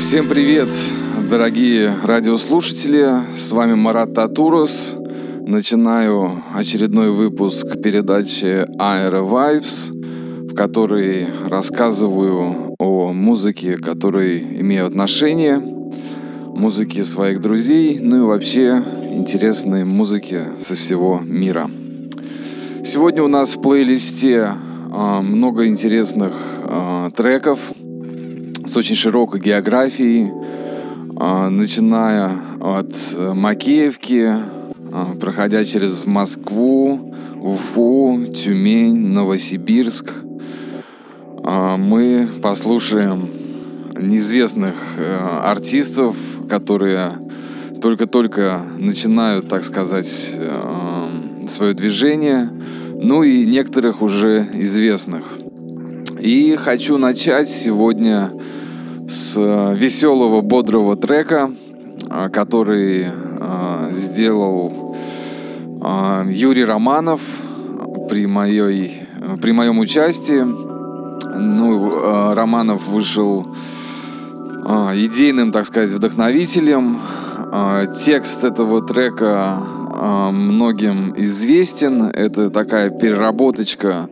Всем привет, дорогие радиослушатели, с вами Марат Татурос. Начинаю очередной выпуск передачи Aero Vibes, в которой рассказываю о музыке, которой имею отношение, музыке своих друзей, ну и вообще интересной музыке со всего мира. Сегодня у нас в плейлисте много интересных треков с очень широкой географией, начиная от Макеевки, проходя через Москву, Уфу, Тюмень, Новосибирск. Мы послушаем неизвестных артистов, которые только-только начинают, так сказать, свое движение, ну и некоторых уже известных. И хочу начать сегодня с веселого, бодрого трека, который сделал Юрий Романов при моем участии. Романов вышел идейным, так сказать, вдохновителем. Текст этого трека многим известен. Это такая переработочка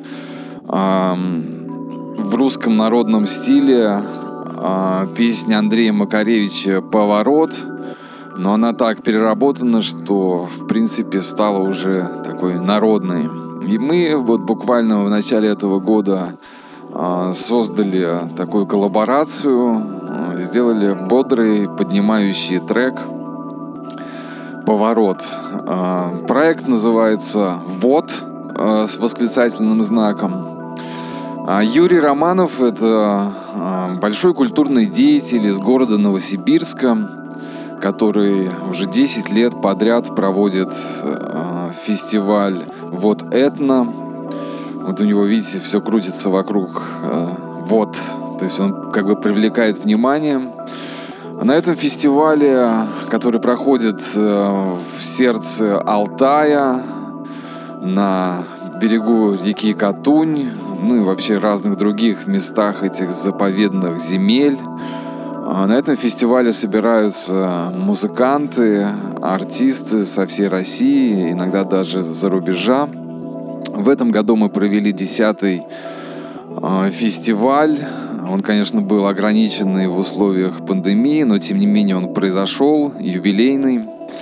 в русском народном стиле песни Андрея Макаревича «Поворот», но она так переработана, что в принципе стала уже такой народной. И мы вот буквально в начале этого года создали такую коллаборацию, сделали бодрый, поднимающий трек «Поворот». Проект называется «Вот» с восклицательным знаком. Юрий Романов — это большой культурный деятель из города Новосибирска, который уже 10 лет подряд проводит фестиваль «Вот Этно». Вот у него, видите, все крутится вокруг «Вот», то есть он как бы привлекает внимание. На этом фестивале, который проходит в сердце Алтая, на берегу реки Катунь, ну и вообще разных других местах этих заповедных земель. На этом фестивале собираются музыканты, артисты со всей России, иногда даже за рубежа. В этом году мы провели 10-й фестиваль. Он, конечно, был ограниченный в условиях пандемии, но тем не менее он произошел, юбилейный.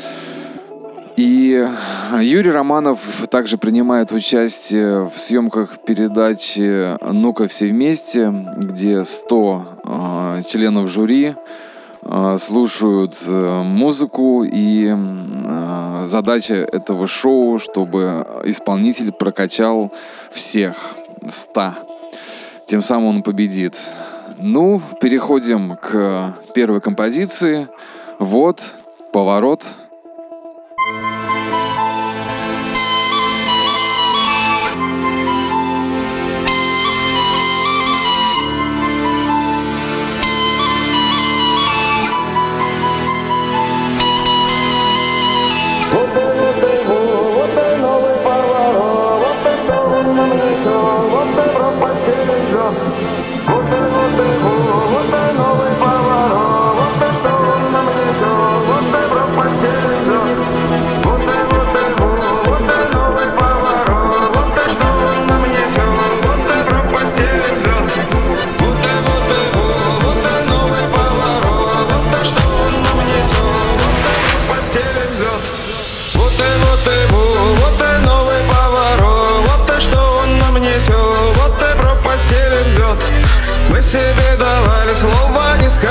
И Юрий Романов также принимает участие в съемках передачи «Ну-ка все вместе», где 100 членов жюри слушают музыку, и задача этого шоу, чтобы исполнитель прокачал всех 100. Тем самым он победит. Ну, переходим к первой композиции. Вот, «Поворот». Мы себе давали слово, не сказали.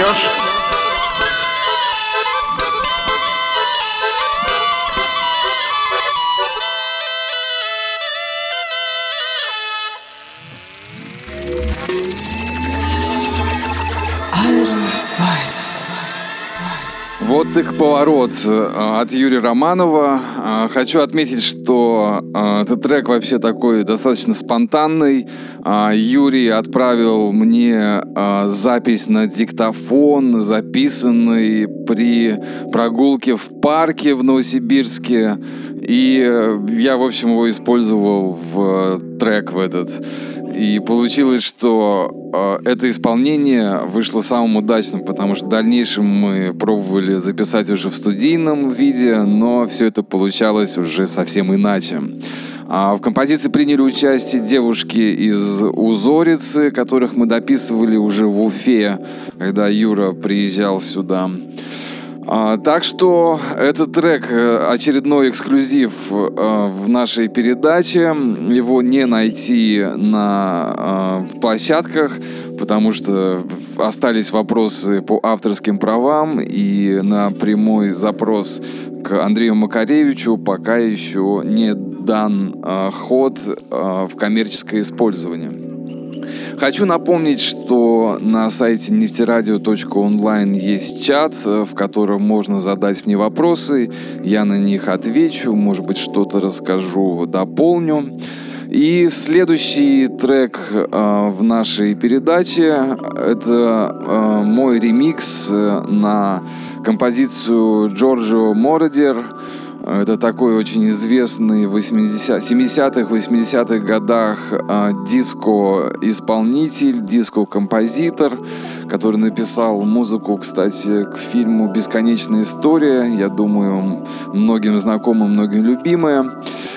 Ждешь? Вот так поворот от Юрия Романова. Хочу отметить, что этот трек вообще такой достаточно спонтанный. Юрий отправил мне запись на диктофон, записанный при прогулке в парке в Новосибирске. И я, в общем, его использовал в трек в этот. И получилось, что это исполнение вышло самым удачным, потому что в дальнейшем мы пробовали записать уже в студийном виде, но все это получалось уже совсем иначе. В композиции приняли участие девушки из Узорицы, которых мы дописывали уже в Уфе, когда Юра приезжал сюда. Так что этот трек очередной эксклюзив в нашей передаче. Его не найти на площадках, потому что остались вопросы по авторским правам, и на прямой запрос к Андрею Макаревичу пока еще не дан ход в коммерческое использование. Хочу напомнить, что на сайте нефтерадио.онлайн есть чат, в котором можно задать мне вопросы, я на них отвечу, может быть, что-то расскажу, дополню. И следующий трек в нашей передаче – это мой ремикс на композицию Джорджио Мородер. Это такой очень известный в 70-х, 80-х годах диско-исполнитель, диско-композитор, который написал музыку, кстати, к фильму «Бесконечная история». Я думаю, многим знакомая, многим любимая.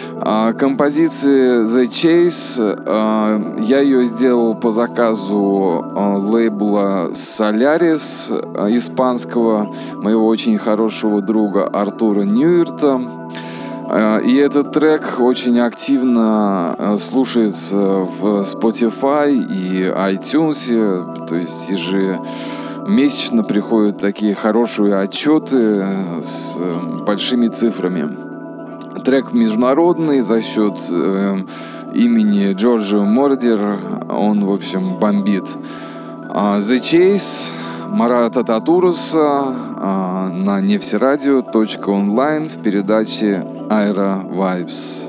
Композиция The Chase, я ее сделал по заказу лейбла Solaris испанского, моего очень хорошего друга Артура Ньюерта. И этот трек очень активно слушается в Spotify и iTunes, то есть ежемесячно приходят такие хорошие отчеты с большими цифрами. Трек международный за счет имени Джорджио Мородер, он, в общем, бомбит. The Chase Марата Татуруса на нефтерадио.онлайн в передаче Aira Vibes.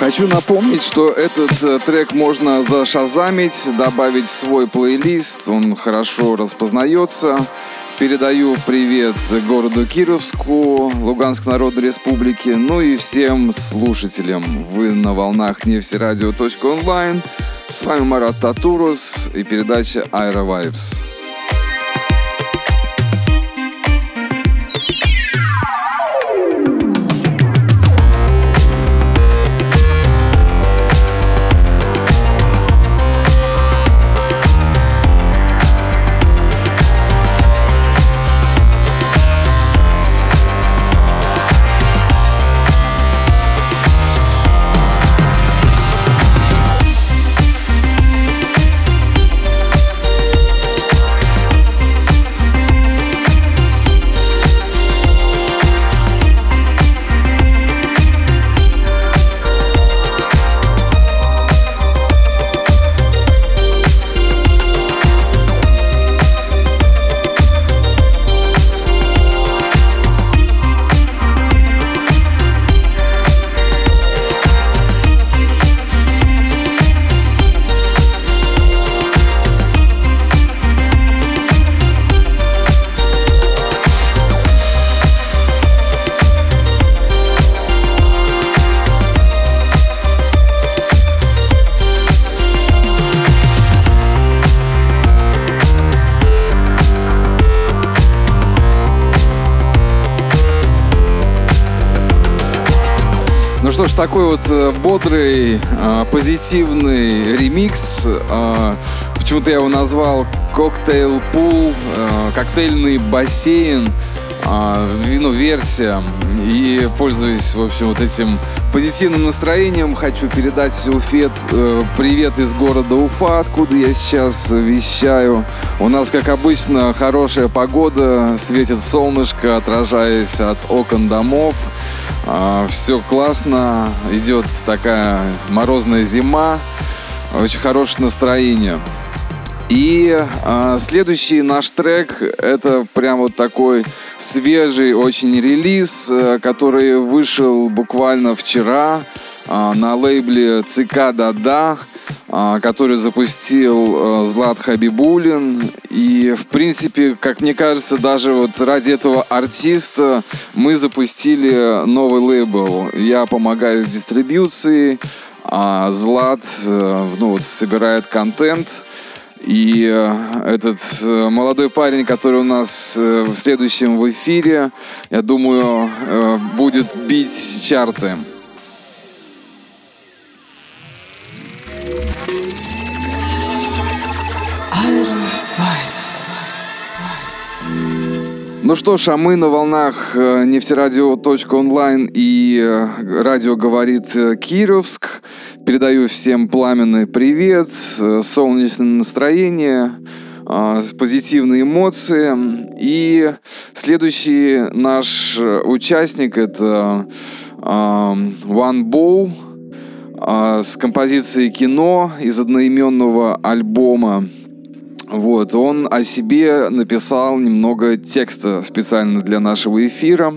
Хочу напомнить, что этот трек можно зашазамить, добавить в свой плейлист, он хорошо распознается. Передаю привет городу Кировску, Луганской Народной Республики, ну и всем слушателям. Вы на волнах нефтерадио.онлайн. С вами Марат Татурус и передача Aero Vibes. Ну что ж, такой вот бодрый, позитивный ремикс. Почему-то я его назвал «Коктейл Пул», «Коктейльный бассейн», версия. И пользуясь, в общем, вот этим позитивным настроением, хочу передать привет из города Уфа, откуда я сейчас вещаю. У нас, как обычно, хорошая погода, светит солнышко, отражаясь от окон домов. Все классно, идет такая морозная зима, очень хорошее настроение. И следующий наш трек — это прям вот такой свежий очень релиз, который вышел буквально вчера на лейбле ЦК «Да-да», который запустил Злат Хабибулин. И, в принципе, как мне кажется, даже вот ради этого артиста мы запустили новый лейбл. Я помогаю с дистрибьюцией, а Злат собирает контент. И этот молодой парень, который у нас в следующем в эфире, я думаю, будет бить чарты. Ну что ж, а мы на волнах нефтерадио.онлайн и радио говорит Кировск. Передаю всем пламенный привет, солнечное настроение, позитивные эмоции. И следующий наш участник — это One Bow с композицией «Кино» из одноименного альбома. Вот, он о себе написал немного текста специально для нашего эфира.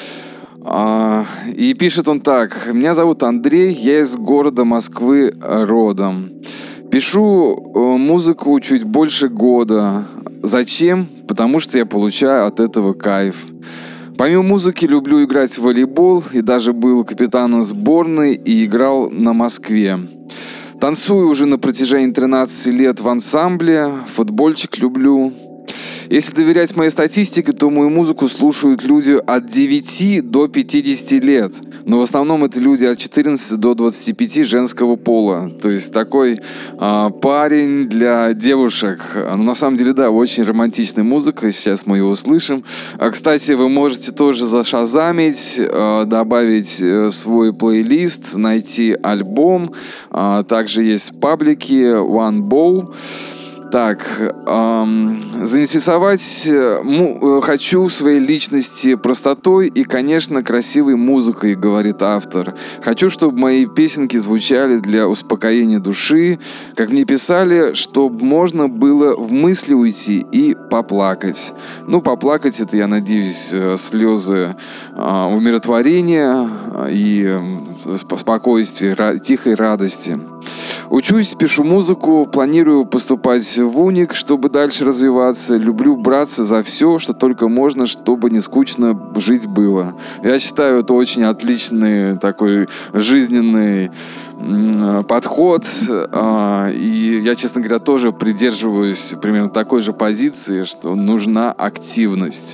И пишет он так: «Меня зовут Андрей, я из города Москвы родом. Пишу музыку чуть больше года. Зачем? Потому что я получаю от этого кайф. Помимо музыки люблю играть в волейбол и даже был капитаном сборной и играл на Москве. Танцую уже на протяжении 13 лет в ансамбле, футбольчик люблю. Если доверять моей статистике, то мою музыку слушают люди от 9 до 50 лет. Но в основном это люди от 14 до 25 женского пола. То есть такой парень для девушек. Но на самом деле, да, очень романтичная музыка. Сейчас мы ее услышим. Кстати, вы можете тоже зашазамить, добавить свой плейлист, найти альбом. Также есть паблики One Bow. Так, заинтересовать хочу своей личности простотой и, конечно, красивой музыкой, говорит автор. Хочу, чтобы мои песенки звучали для успокоения души, как мне писали, чтобы можно было в мысли уйти и поплакать. Ну, поплакать — это, я надеюсь, слезы умиротворения и спокойствия, тихой радости. Учусь, пишу музыку, планирую поступать в УНИК, чтобы дальше развиваться. Люблю браться за все, что только можно, чтобы не скучно жить было. Я считаю, это очень отличный такой жизненный подход. И я, честно говоря, тоже придерживаюсь примерно такой же позиции, что нужна активность.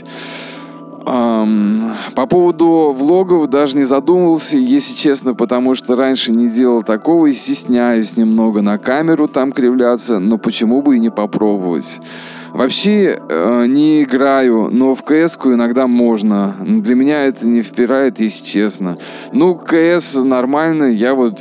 По поводу влогов даже не задумывался, если честно, потому что раньше не делал такого и стесняюсь немного на камеру там кривляться, но почему бы и не попробовать. Вообще не играю, но в КС-ку иногда можно. Для меня это не впирает, если честно. Ну, КС нормально, я вот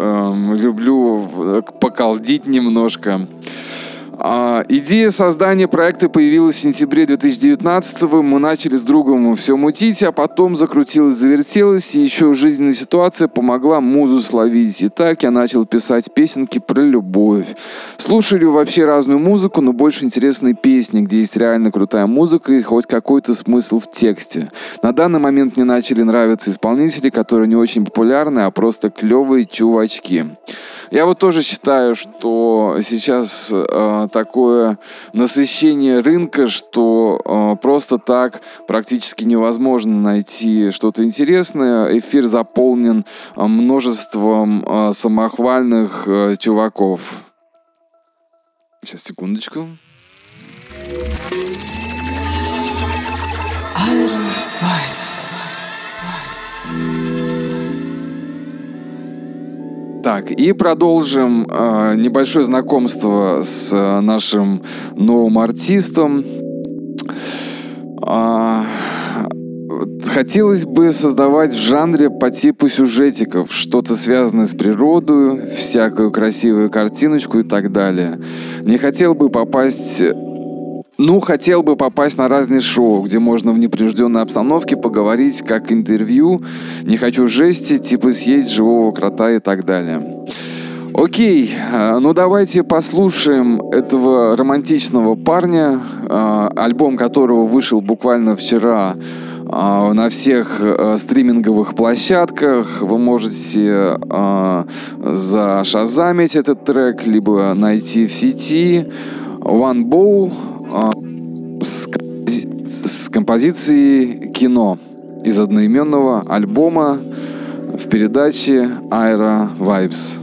люблю поколдить немножко. Идея создания проекта появилась в сентябре 2019-го. Мы начали с другом все мутить, а потом закрутилось, завертелось, и еще жизненная ситуация помогла музу словить. И так я начал писать песенки про любовь. Слушали вообще разную музыку, но больше интересные песни, где есть реально крутая музыка и хоть какой-то смысл в тексте. На данный момент мне начали нравиться исполнители, которые не очень популярны, а просто клевые чувачки. Я вот тоже считаю, что сейчас такое насыщение рынка, что просто так практически невозможно найти что-то интересное. Эфир заполнен множеством самохвальных чуваков. Сейчас, секундочку. Так, и продолжим небольшое знакомство с нашим новым артистом. Хотелось бы создавать в жанре по типу сюжетиков, что-то связанное с природой, всякую красивую картиночку и так далее. Хотел бы попасть на разные шоу, где можно в непринужденной обстановке поговорить, как интервью. Не хочу жести, типа съесть живого крота и так далее. Окей, ну давайте послушаем этого романтичного парня, альбом которого вышел буквально вчера на всех стриминговых площадках. Вы можете зашазамить этот трек, либо найти в сети. One Bow с композицией «Кино» из одноименного альбома в передаче Aira Vibes.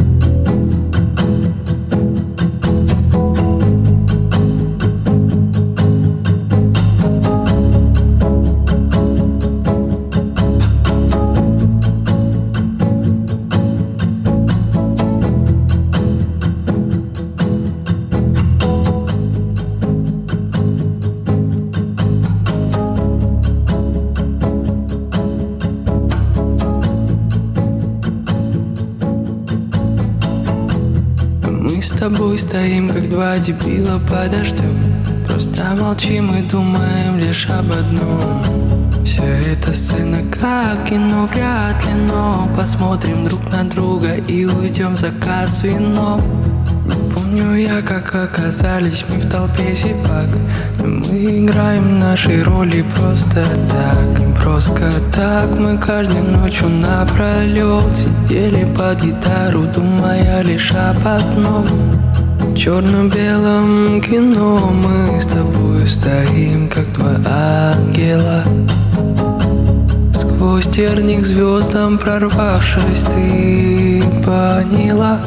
Мы с тобой стоим, как два дебила под дождем. Просто молчим и думаем лишь об одном. Вся эта сцена как кино, вряд ли, но посмотрим друг на друга и уйдем в закат с вином. Не помню я, как оказались мы в толпе зевак, но мы играем наши роли просто так. Просто так мы каждой ночью напролет сидели под гитару, думая лишь об одном. В черно-белом кино мы с тобой стоим, как два ангела. Сквозь терник звездам прорвавшись, ты поняла.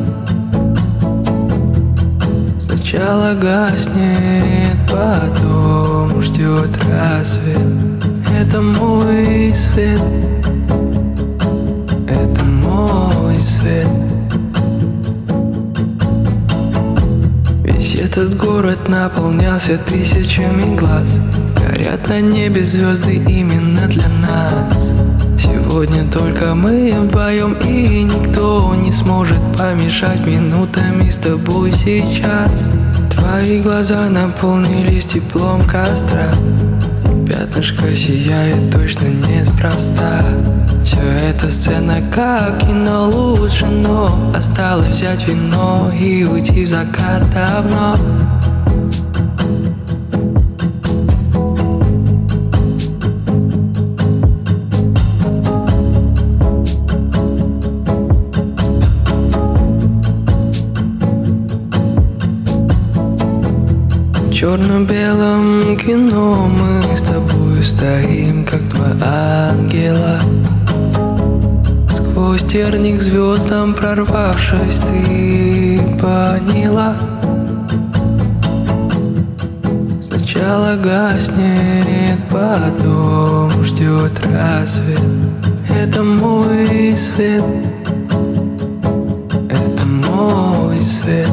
Сначала гаснет, потом ждет рассвет. Это мой свет, это мой свет. Весь этот город наполнялся тысячами глаз. Горят на небе звезды именно для нас. Сегодня только мы вдвоем, и никто не сможет помешать минутами с тобой сейчас. Твои глаза наполнились теплом костра, пятнышко сияет точно неспроста. Все это сцена как кино лучше, но осталось взять вино и уйти в закат давно. В черно-белом кино мы с тобой стоим, как два ангела. Сквозь терник звездам прорвавшись, ты поняла. Сначала гаснет, потом ждет рассвет. Это мой свет, это мой свет.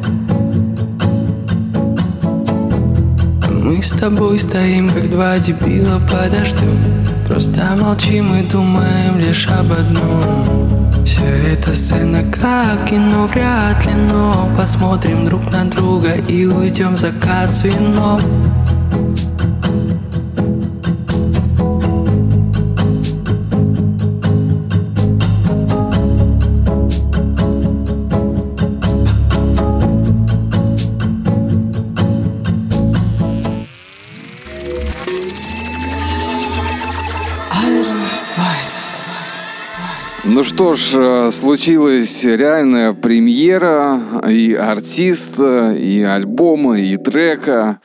Мы с тобой стоим, как два дебила под дождем. Просто молчим и думаем лишь об одном. Все это сцена как кино, вряд ли, но посмотрим друг на друга и уйдем в закат с вином. Ну что ж, случилась реальная премьера и артиста, и альбома, и трека.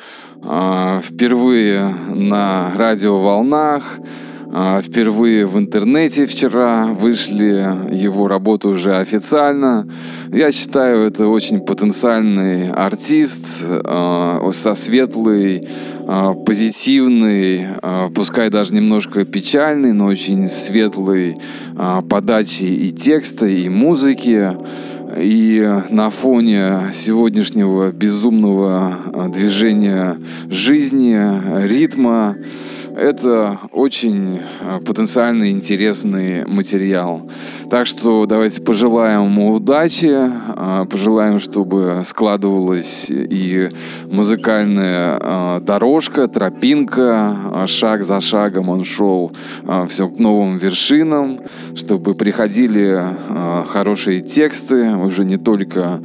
Впервые на радиоволнах, впервые в интернете вчера вышли его работы уже официально. Я считаю, это очень потенциальный артист со светлой, позитивной, пускай даже немножко печальной, но очень светлой подачей и текста, и музыки. И на фоне сегодняшнего безумного движения жизни, ритма, это очень потенциально интересный материал. Так что давайте пожелаем ему удачи, пожелаем, чтобы складывалась и музыкальная дорожка, тропинка, шаг за шагом он шел все к новым вершинам, чтобы приходили хорошие тексты, уже не только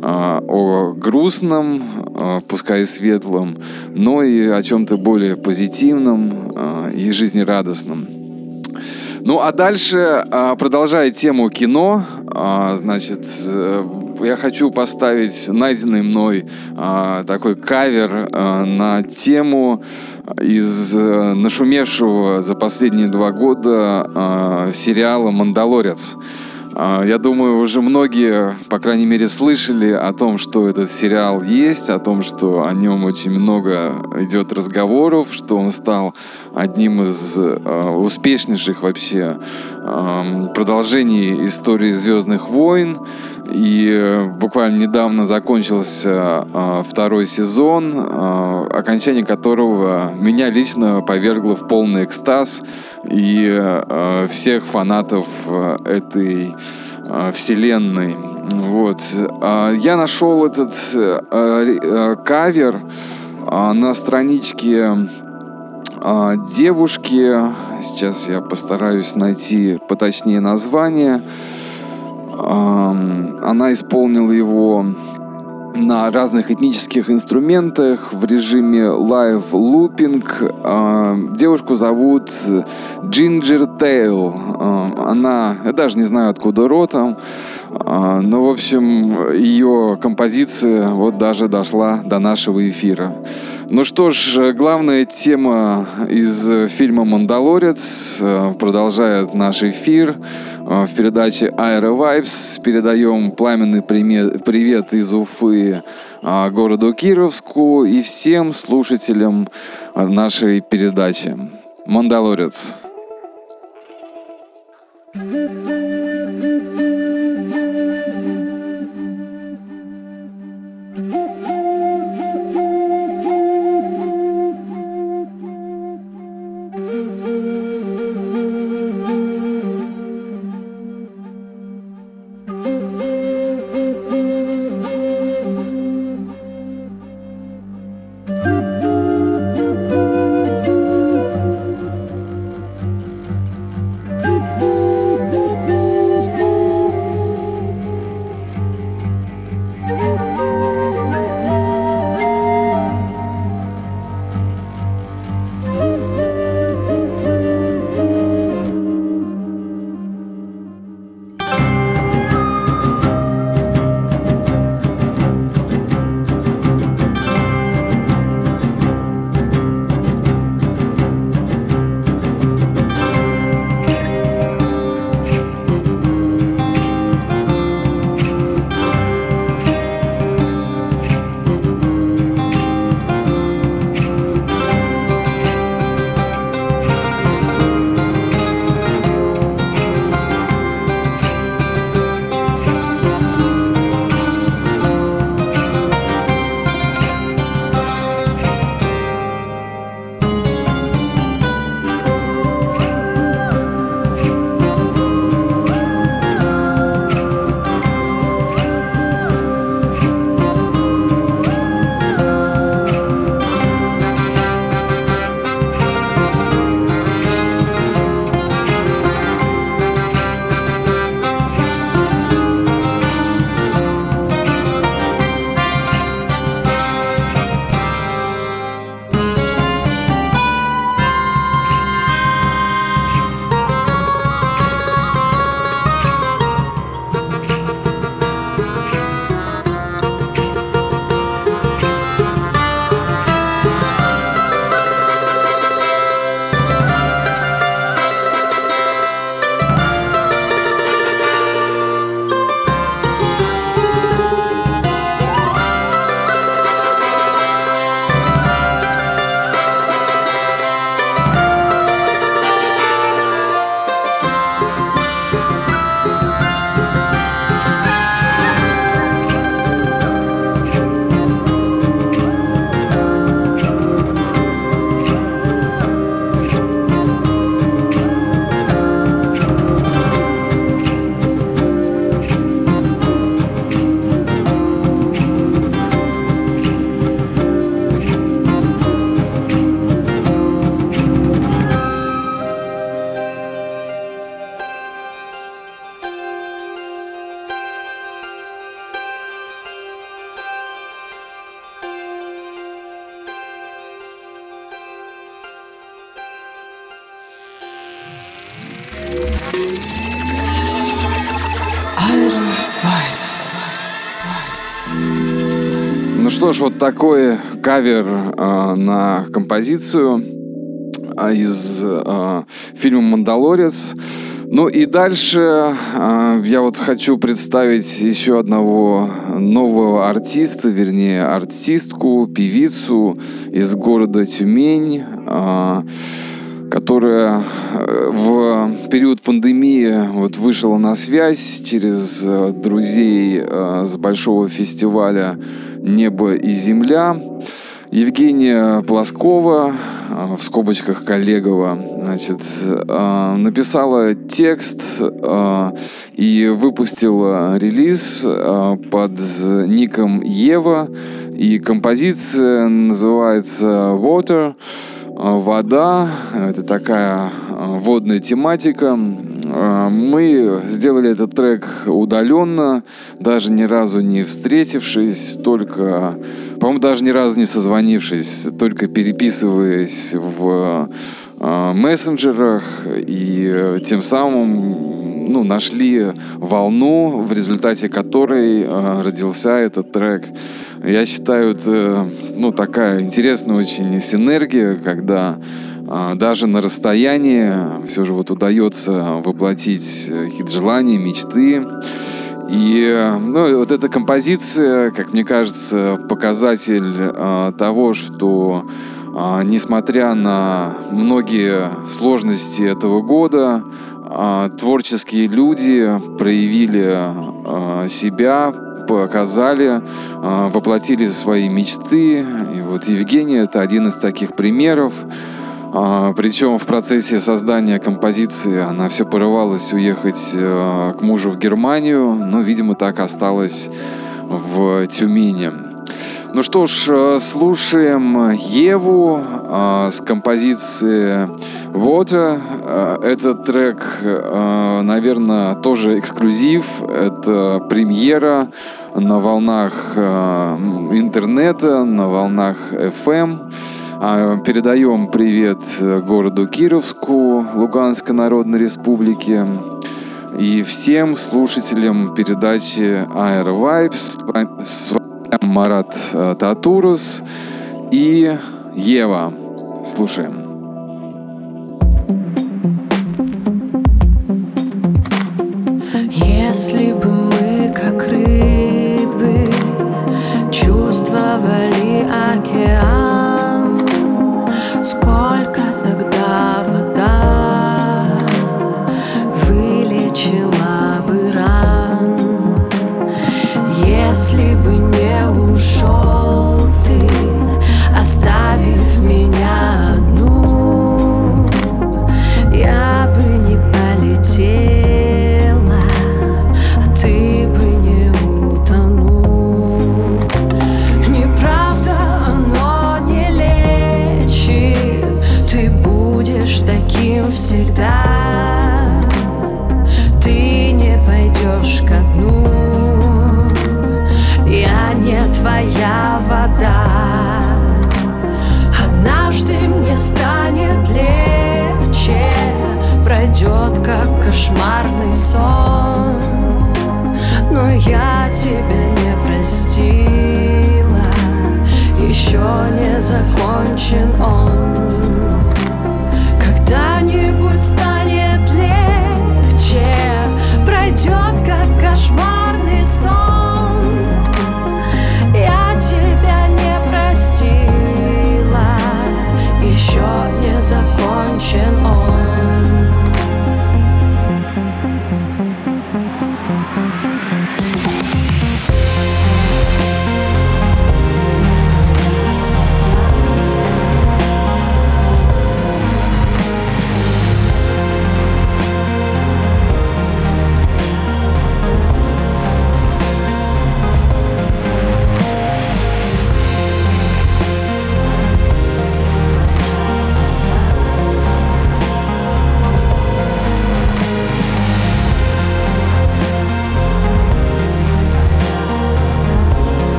о грустном, пускай и светлом, но и о чем-то более позитивном и жизнерадостном. Ну, а дальше, продолжая тему кино, значит, я хочу поставить найденный мной такой кавер на тему из нашумевшего за последние 2 года сериала «Мандалорец». Я думаю, уже многие, по крайней мере, слышали о том, что этот сериал есть, о том, что о нем очень много идет разговоров, что он стал одним из успешнейших вообще продолжений истории «Звездных войн». И буквально недавно закончился 2-й сезон, окончание которого меня лично повергло в полный экстаз и всех фанатов этой вселенной. Вот. Я нашел этот кавер на страничке девушки. Сейчас я постараюсь найти поточнее название. Она исполнила его на разных этнических инструментах в режиме live looping. Девушку зовут Ginger Tail. Я даже не знаю, откуда родом, но, в общем, ее композиция вот даже дошла до нашего эфира. Ну что ж, главная тема из фильма «Мандалорец» продолжает наш эфир. В передаче Aero Vibes передаем пламенный привет из Уфы городу Кировску и всем слушателям нашей передачи. «Мандалорец». Ну что ж, вот такой кавер на композицию из фильма «Мандалорец». Ну и дальше я вот хочу представить еще одного нового артиста, вернее артистку, певицу из города Тюмень, которая в период пандемии вот вышла на связь через друзей с большого фестиваля «Небо и земля». Евгения Плоскова, в скобочках Коллегова, значит, написала текст и выпустила релиз под ником Ева. И композиция называется «Water». Вода — это такая водная тематика. Мы сделали этот трек удаленно, даже ни разу не встретившись, только, по-моему, даже ни разу не созвонившись, только переписываясь в мессенджерах, и тем самым нашли волну, в результате которой родился этот трек. Я считаю, это такая интересная очень синергия, когда даже на расстоянии все же вот удается воплотить какие-то желания, мечты. И вот эта композиция, как мне кажется, показатель того, что несмотря на многие сложности этого года, творческие люди проявили себя, показали, воплотили свои мечты. И вот Евгения — это один из таких примеров. Причем в процессе создания композиции она все порывалась уехать к мужу в Германию, но, видимо, так осталась в Тюмени. Ну что ж, слушаем Еву с композиции «Water». Этот трек, наверное, тоже эксклюзив. Это премьера на волнах интернета, на волнах FM. Передаем привет городу Кировску, Луганской Народной Республики, и всем слушателям передачи Air Vibes. С вами Марат Татурус и Ева. Слушаем. Если бы мы, как рыбы, чувствовали океан, сколько тогда вода вылечила бы ран. Если бы не ушел ты, оставив меня одну, я бы не полетела, а ты бы не утонул. Неправда, оно не лечит, ты будешь таким всегда. Ты не пойдешь ко дну, я не твоя вода. Однажды мне станет легче, пройдет как кошмарный сон, но я тебя не простила, еще не закончен он. Когда-нибудь станет легче, пройдет как кошмарный сон, я тебя не простила, еще не закончен он.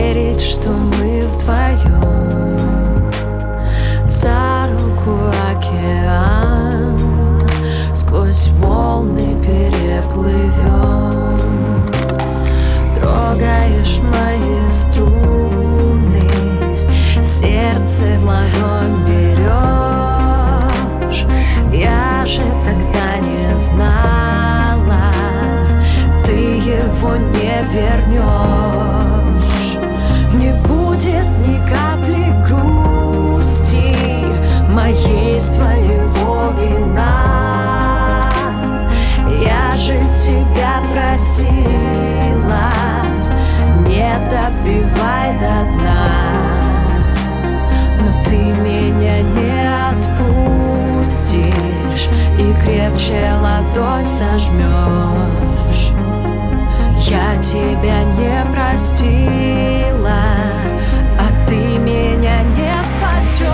верить, что мы вдвоем за руку океан сквозь волны переплывем. Трогаешь мои струны, сердце в ладонь берешь. Я же тогда не знала, ты его не вернешь. Не будет ни капли грусти моей с твоего вина. Я же тебя просила, не допивай до дна, но ты меня не отпустишь и крепче ладонь сожмешь. Я тебя не простила, а ты меня не спасешь.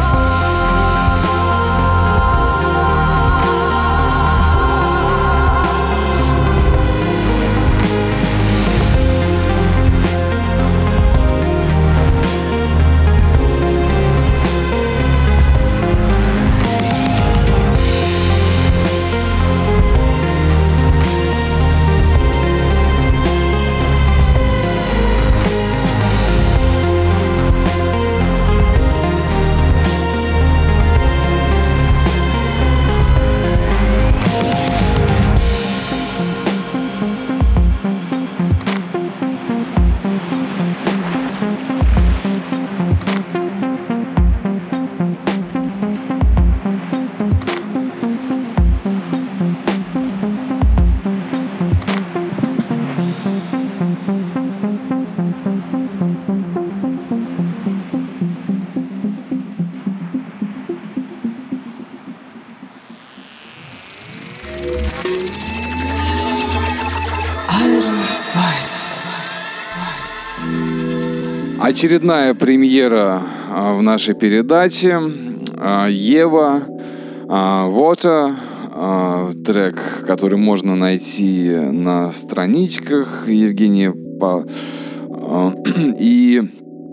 Очередная премьера в нашей передаче. Ева, Water, трек, который можно найти на страничках Евгения. И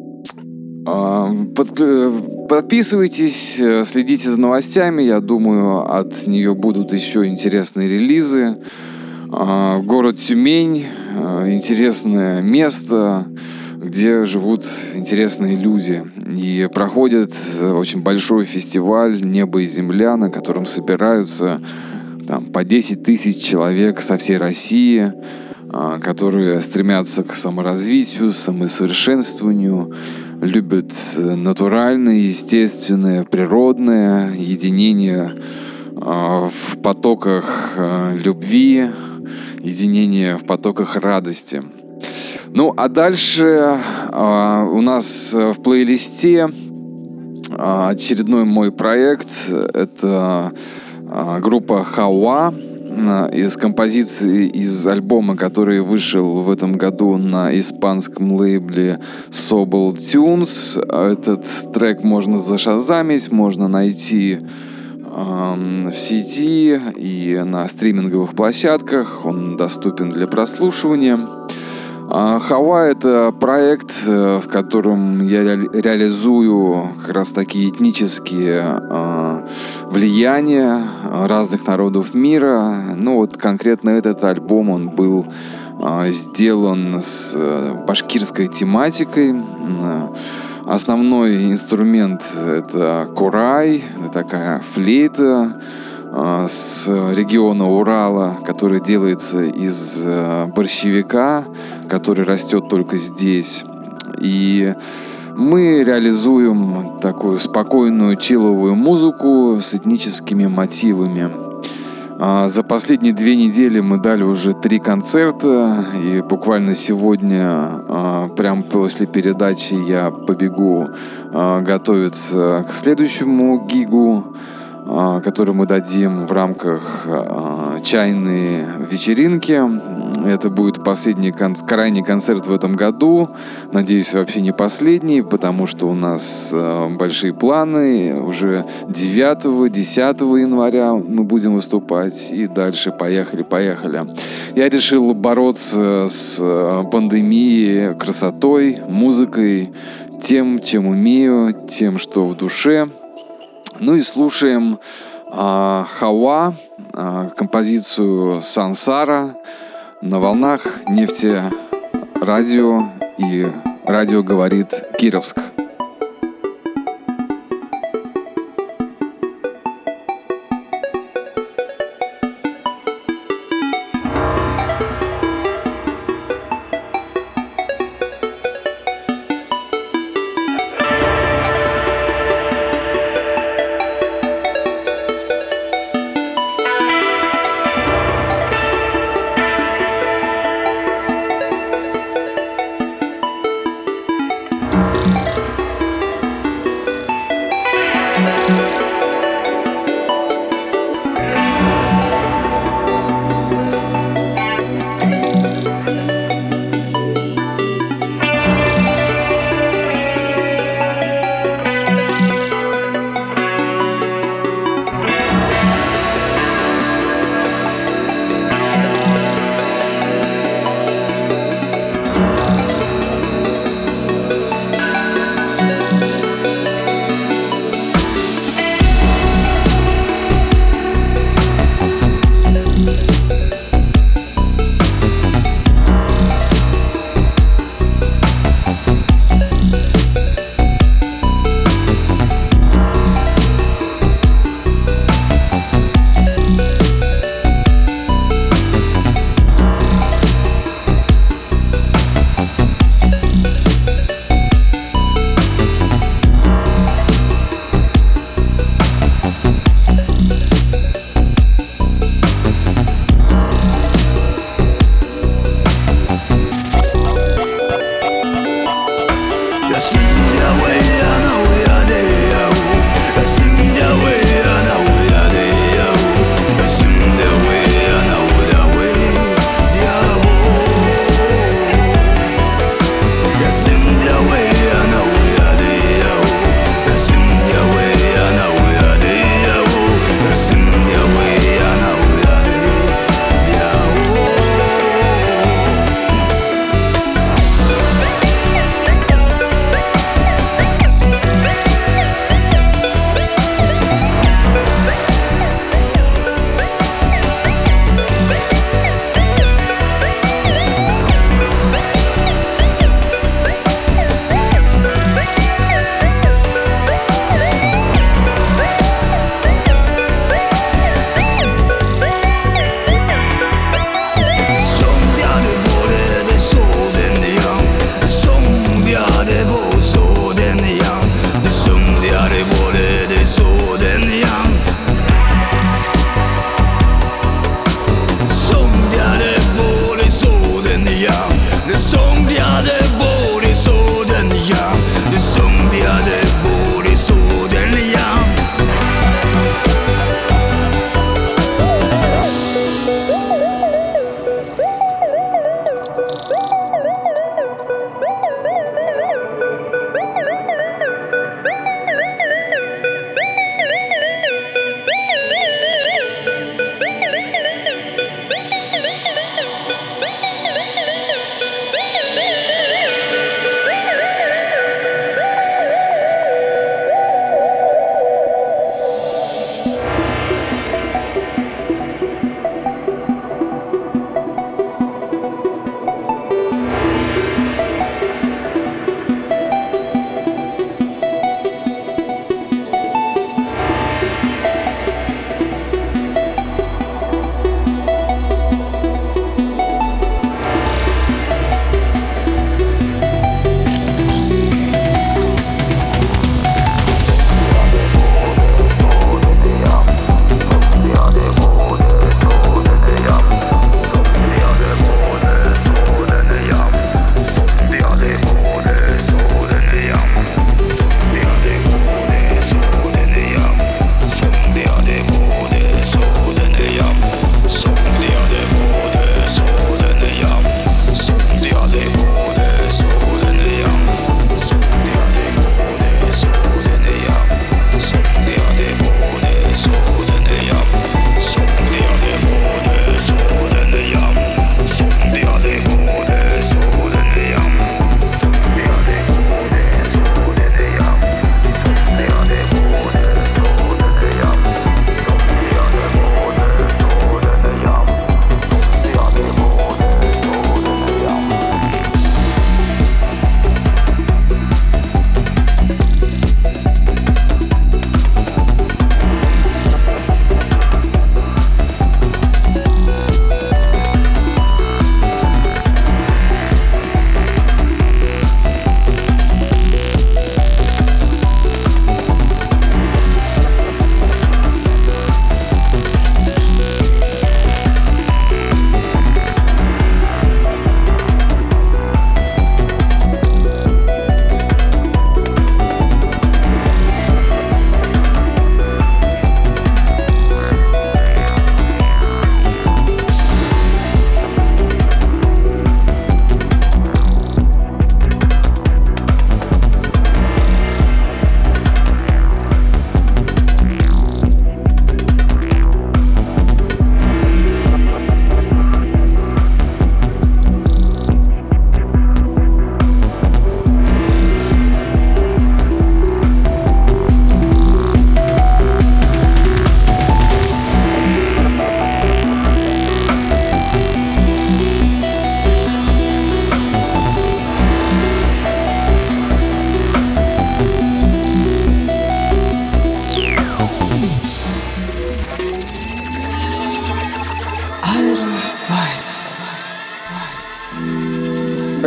подписывайтесь, следите за новостями. Я думаю, от нее будут еще интересные релизы. Город Тюмень, интересное место, где живут интересные люди. И проходит очень большой фестиваль «Небо и земля», на котором собираются там по 10 тысяч человек со всей России, которые стремятся к саморазвитию, самосовершенствованию, любят натуральное, естественное, природное единение в потоках любви, единение в потоках радости. Ну, а дальше у нас в плейлисте очередной мой проект. Это группа Хауа из композиции из альбома, который вышел в этом году на испанском лейбле Sobel Tunes. Этот трек можно зашазамить, можно найти в сети и на стриминговых площадках. Он доступен для прослушивания. Хауа — это проект, в котором я реализую как раз такие этнические влияния разных народов мира. Ну вот конкретно этот альбом, он был сделан с башкирской тематикой. Основной инструмент — это курай, это такая флейта с региона Урала, который делается из борщевика, который растет только здесь. И мы реализуем такую спокойную чилловую музыку с этническими мотивами. За последние 2 недели мы дали уже 3 концерта, и буквально сегодня, прямо после передачи, я побегу готовиться к следующему гигу. который мы дадим в рамках чайной вечеринки. Это будет последний крайний концерт в этом году. Надеюсь, вообще не последний, потому что у нас большие планы. Уже 9-10 января мы будем выступать. И дальше поехали. Я решил бороться с пандемией красотой, музыкой, тем, чем умею, тем, что в душе. Ну и слушаем Хауа, композицию Сансара на волнах Нефтерадио и радио говорит Кировск.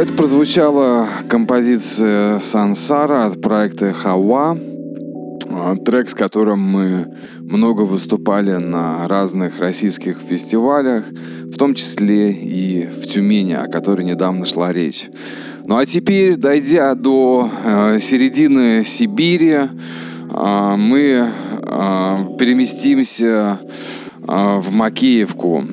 Это прозвучала композиция «Сансара» от проекта «Хава». Трек, с которым мы много выступали на разных российских фестивалях, в том числе и в Тюмени, о которой недавно шла речь. Ну а теперь, дойдя до середины Сибири, мы переместимся в Макеевку.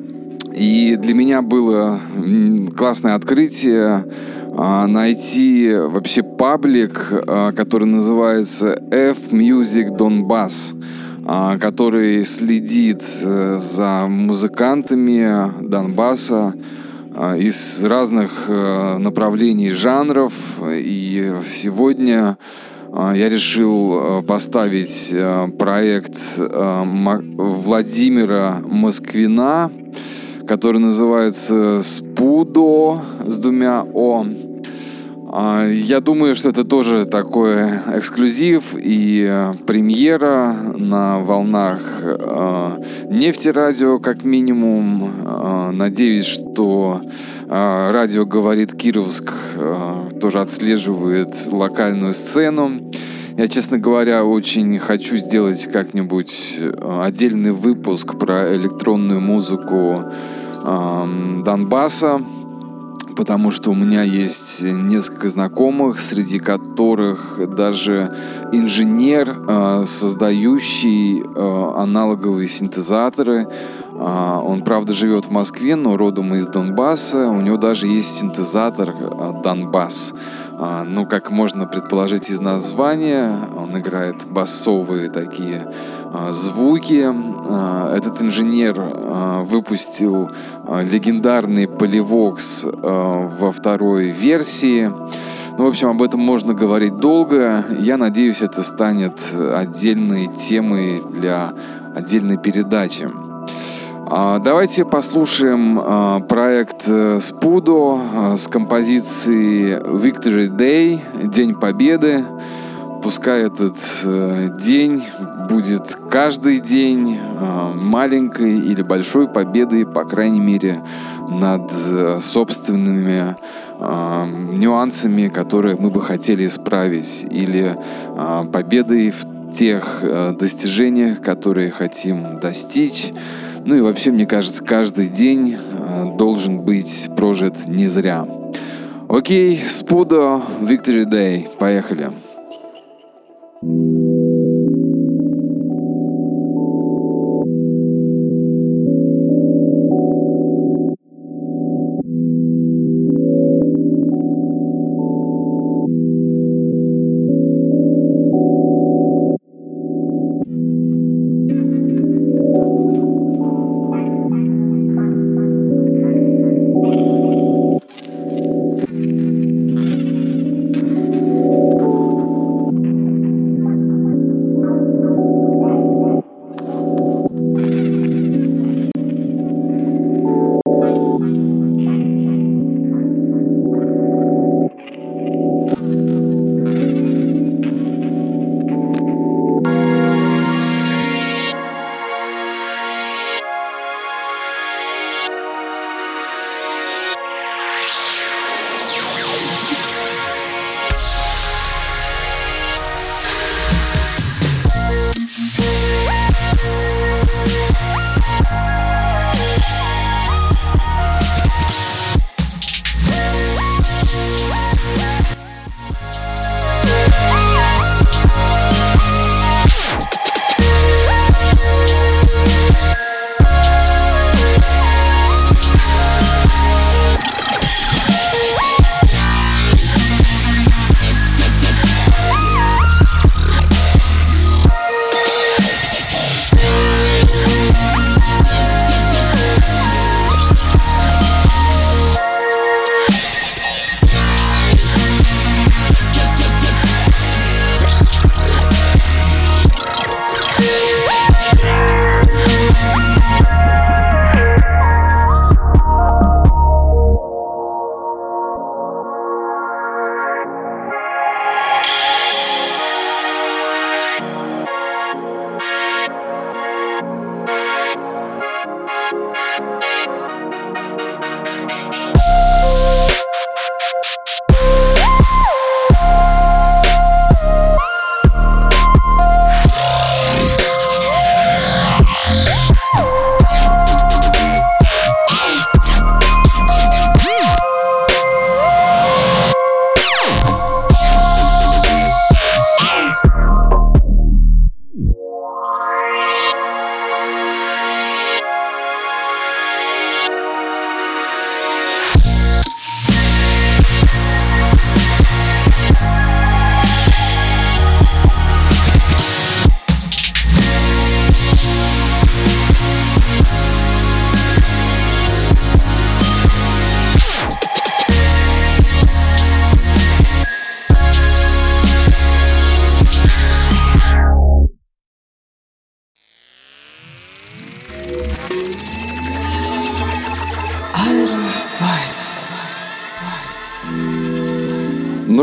И для меня было классное открытие найти вообще паблик, который называется F-Music Donbass, который следит за музыкантами Донбасса из разных направлений, жанров. И сегодня я решил поставить проект Владимира Москвина, который называется «Спудо» с двумя «о». Я думаю, что это тоже такой эксклюзив и премьера на волнах Нефтерадио, как минимум. Надеюсь, что радио «Говорит Кировск» тоже отслеживает локальную сцену. Я, честно говоря, очень хочу сделать как-нибудь отдельный выпуск про электронную музыку Донбасса, потому что у меня есть несколько знакомых, среди которых даже инженер, создающий аналоговые синтезаторы. Он, правда, живет в Москве, но родом из Донбасса. У него даже есть синтезатор «Донбасс». Ну, как можно предположить из названия, он играет басовые такие звуки. Этот инженер выпустил легендарный Polyvox во второй версии. Ну, в общем, об этом можно говорить долго. Я надеюсь, это станет отдельной темой для отдельной передачи. Давайте послушаем проект Спудо с композицией Victory Day, День Победы. Пускай этот день будет каждый день маленькой или большой победой, по крайней мере, над собственными нюансами, которые мы бы хотели исправить, или победой в тех достижениях, которые хотим достичь. Ну и вообще, мне кажется, каждый день должен быть прожит не зря. Окей, Спудо, Victory Day. Поехали.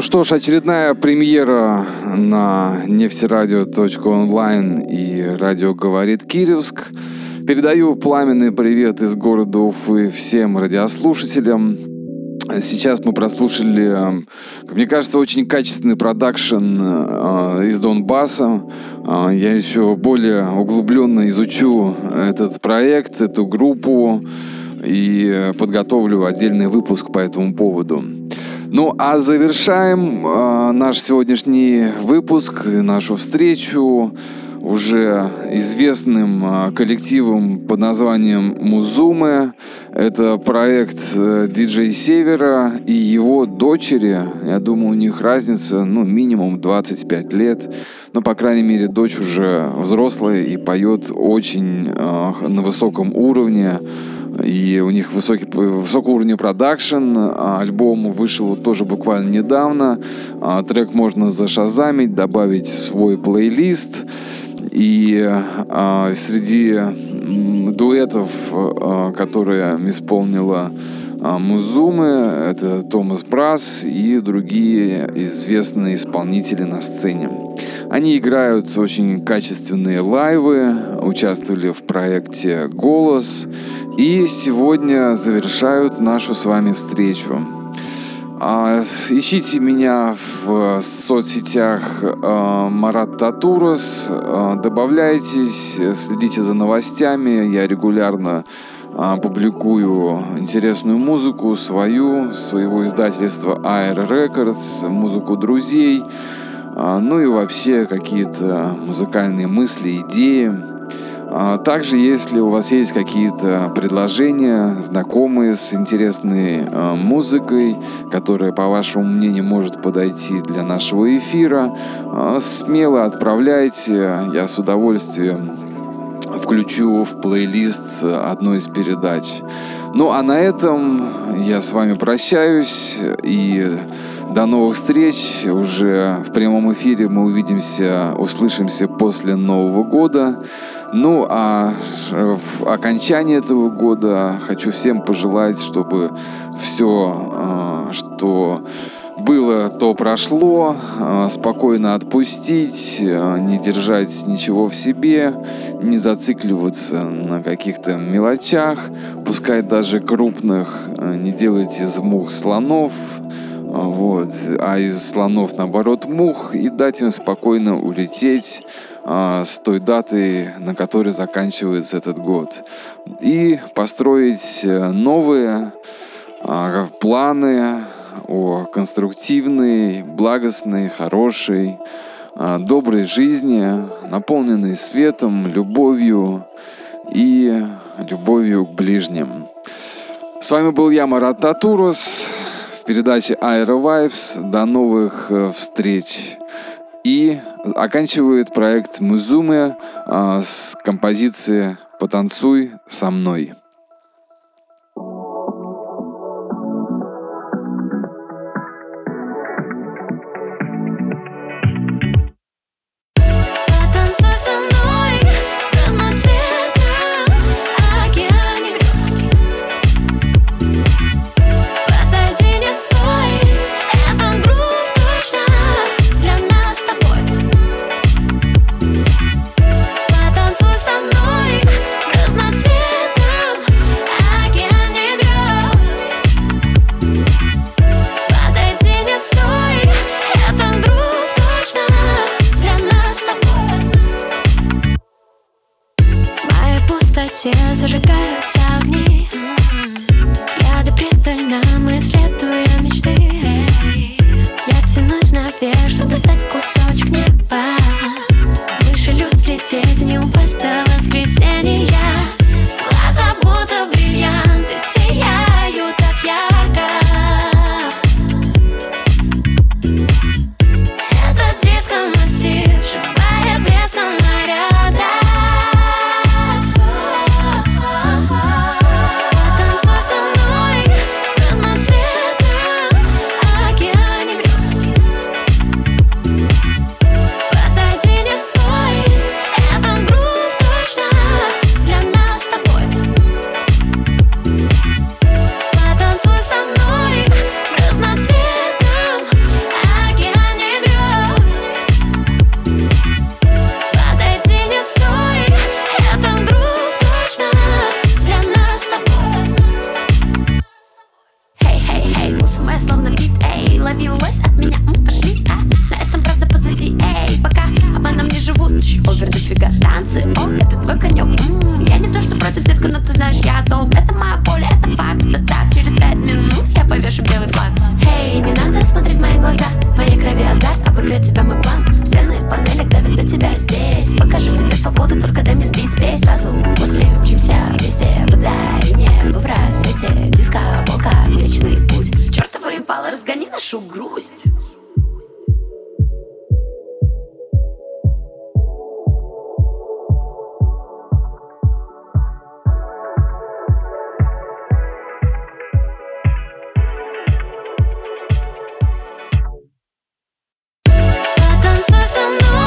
что ж, очередная премьера на нефтерадио.онлайн и радио «Говорит Кировск». Передаю пламенный привет из города Уфы всем радиослушателям. Сейчас мы прослушали, мне кажется, очень качественный продакшн из Донбасса. Я еще более углубленно изучу этот проект, эту группу и подготовлю отдельный выпуск по этому поводу. Ну, а завершаем наш сегодняшний выпуск, нашу встречу уже известным коллективом под названием Музуме. Это проект диджей Севера и его дочери. Я думаю, у них разница, минимум 25 лет. Но, по крайней мере, дочь уже взрослая и поет очень на высоком уровне. И у них высокий уровень продакшн. Альбом вышел тоже буквально недавно. Трек можно зашазамить, добавить в свой плейлист. И среди дуэтов, которые исполнила Музуме, это Томас Брас и другие известные исполнители на сцене. Они играют очень качественные лайвы, участвовали в проекте «Голос» и сегодня завершают нашу с вами встречу. Ищите меня в соцсетях Марат Татурос, добавляйтесь, следите за новостями. Я регулярно публикую интересную музыку своего издательства Air Records, музыку друзей, и вообще какие-то музыкальные мысли, идеи. Также, если у вас есть какие-то предложения, знакомые с интересной музыкой, которая, по вашему мнению, может подойти для нашего эфира, смело отправляйте. Я с удовольствием включу в плейлист одной из передач. А на этом я с вами прощаюсь и до новых встреч. Уже в прямом эфире мы услышимся после Нового года. А в окончании этого года хочу всем пожелать, чтобы все, что было, то прошло, спокойно отпустить, не держать ничего в себе, не зацикливаться на каких-то мелочах, пускай даже крупных, не делать из мух слонов, а из слонов, наоборот, мух, и дать им спокойно улететь с той даты, на которой заканчивается этот год, и построить новые планы о конструктивной, благостной, хорошей, доброй жизни, наполненной светом, любовью и любовью к ближним. С вами был я, Марат Татурос, в передаче Aero Vibes. До новых встреч. И оканчивает проект Музуме с композицией «Потанцуй со мной». Зажигаются огни, взгляды пристально мы исследуя мечты. Я тянусь наверх, чтобы достать кусочек неба. Выше люстр слететь и не упасть до воскресенья. Глаза будто бриллианты сияют так ярко. Это диско-мотив, живая блеском наряда. Стой, этот грув танцуй со мной.